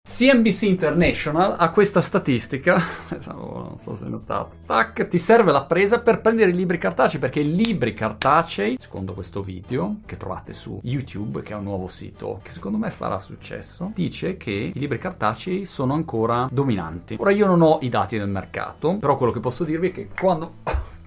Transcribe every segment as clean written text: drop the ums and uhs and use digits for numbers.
CNBC International ha questa statistica, non so se hai notato, tac, ti serve la presa per prendere i libri cartacei, perché i libri cartacei, secondo questo video che trovate su YouTube, che è un nuovo sito che secondo me farà successo, dice che i libri cartacei sono ancora dominanti. Ora io non ho i dati del mercato, però quello che posso dirvi è che quando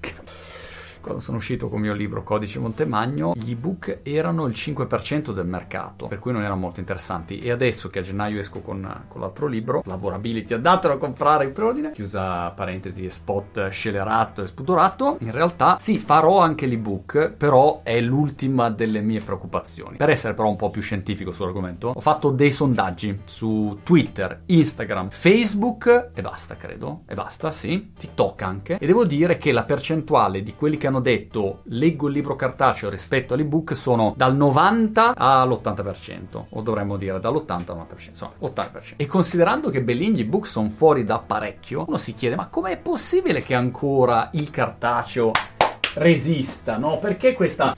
sono uscito con il mio libro Codice Montemagno, gli ebook erano il 5% del mercato, per cui non erano molto interessanti. E adesso che a gennaio esco con l'altro libro, Lavorability, andatelo a comprare in preordine, chiusa parentesi e spot scellerato e spudorato, in realtà sì, farò anche l'ebook, però è l'ultima delle mie preoccupazioni. Per essere però un po' più scientifico sull'argomento, ho fatto dei sondaggi su Twitter, Instagram, Facebook e basta, credo, e basta, sì, TikTok anche, e devo dire che la percentuale di quelli che hanno detto leggo il libro cartaceo rispetto all'ebook sono dal 90 all'80%, o dovremmo dire dall'80 al 90%, insomma 80%. E considerando che belli gli ebook sono fuori da parecchio, uno si chiede ma com'è possibile che ancora il cartaceo resista, no? Perché questa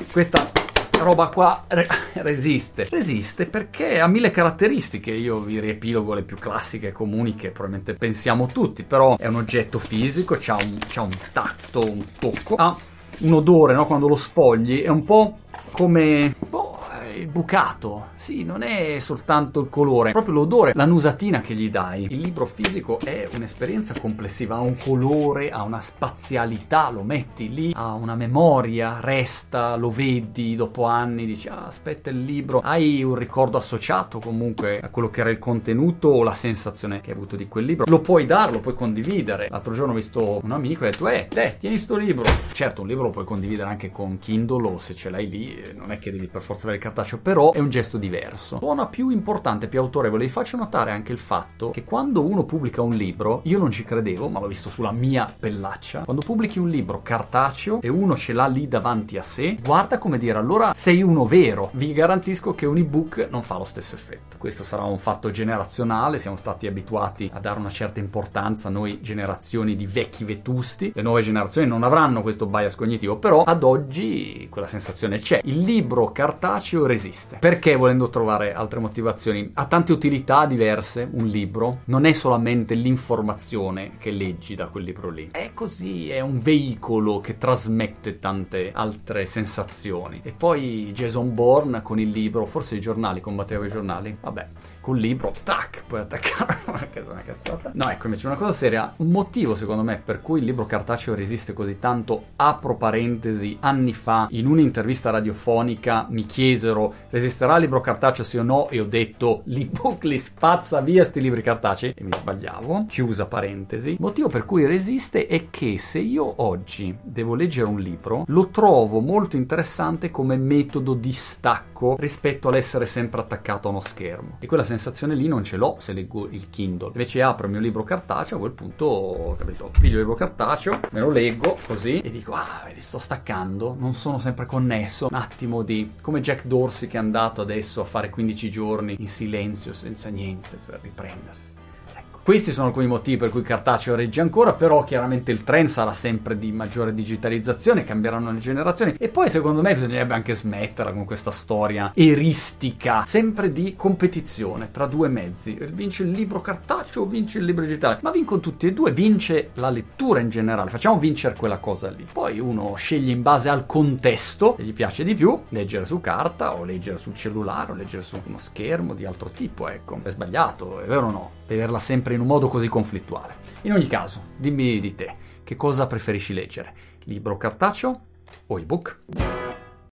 roba qua resiste perché ha mille caratteristiche. Io vi riepilogo le più classiche e comuni che probabilmente pensiamo tutti, però è un oggetto fisico, c'ha un tatto, un tocco, ha un odore, no? Quando lo sfogli è un po' come il bucato, sì, non è soltanto il colore, è proprio l'odore, l'annusatina che gli dai. Il libro fisico è un'esperienza complessiva, ha un colore, ha una spazialità, lo metti lì, ha una memoria, resta, lo vedi dopo anni, dici aspetta il libro, hai un ricordo associato comunque a quello che era il contenuto o la sensazione che hai avuto di quel libro, lo puoi dare, lo puoi condividere. L'altro giorno ho visto un amico e ho detto tieni sto libro. Certo, un libro lo puoi condividere anche con Kindle o se ce l'hai lì, non è che devi per forza avere il cartaceo, però è un gesto diverso. Suona più importante, più autorevole. Vi faccio notare anche il fatto che quando uno pubblica un libro, io non ci credevo, ma l'ho visto sulla mia pellaccia, quando pubblichi un libro cartaceo e uno ce l'ha lì davanti a sé, guarda come dire, allora sei uno vero. Vi garantisco che un ebook non fa lo stesso effetto. Questo sarà un fatto generazionale, siamo stati abituati a dare una certa importanza, noi generazioni di vecchi vetusti, le nuove generazioni non avranno questo bias cognitivo, però ad oggi quella sensazione c'è. Il libro cartaceo resiste. Perché, volendo trovare altre motivazioni, ha tante utilità diverse un libro, non è solamente l'informazione che leggi da quel libro lì, è così, è un veicolo che trasmette tante altre sensazioni. E poi Jason Bourne con il libro, forse i giornali, combatteva i giornali, vabbè, col libro, tac, puoi attaccare, che è una cazzata. No, ecco, invece una cosa seria, un motivo secondo me per cui il libro cartaceo resiste così tanto, apro parentesi, anni fa in un'intervista radiofonica mi chiesero resisterà il libro cartaceo sì o no, e ho detto l'ebook li spazza via sti libri cartacei, e mi sbagliavo, chiusa parentesi. Il motivo per cui resiste è che se io oggi devo leggere un libro lo trovo molto interessante come metodo di stacco rispetto all'essere sempre attaccato a uno schermo, e quella sensazione lì non ce l'ho se leggo il Kindle. Invece apro il mio libro cartaceo, a quel punto, capito, piglio il libro cartaceo, me lo leggo così e dico vedi, sto staccando, non sono sempre connesso, un attimo di, come Jack Dorsey che è andato adesso a fare 15 giorni in silenzio senza niente per riprendersi. Questi sono alcuni motivi per cui il cartaceo regge ancora, però chiaramente il trend sarà sempre di maggiore digitalizzazione, cambieranno le generazioni, e poi secondo me bisognerebbe anche smetterla con questa storia eristica, sempre di competizione tra due mezzi. Vince il libro cartaceo o vince il libro digitale? Ma vincono tutti e due, vince la lettura in generale, facciamo vincere quella cosa lì. Poi uno sceglie in base al contesto che gli piace di più, leggere su carta o leggere sul cellulare o leggere su uno schermo di altro tipo, ecco. È sbagliato, è vero o no? Vederla sempre in un modo così conflittuale. In ogni caso, dimmi di te, che cosa preferisci leggere? Libro cartaceo o ebook?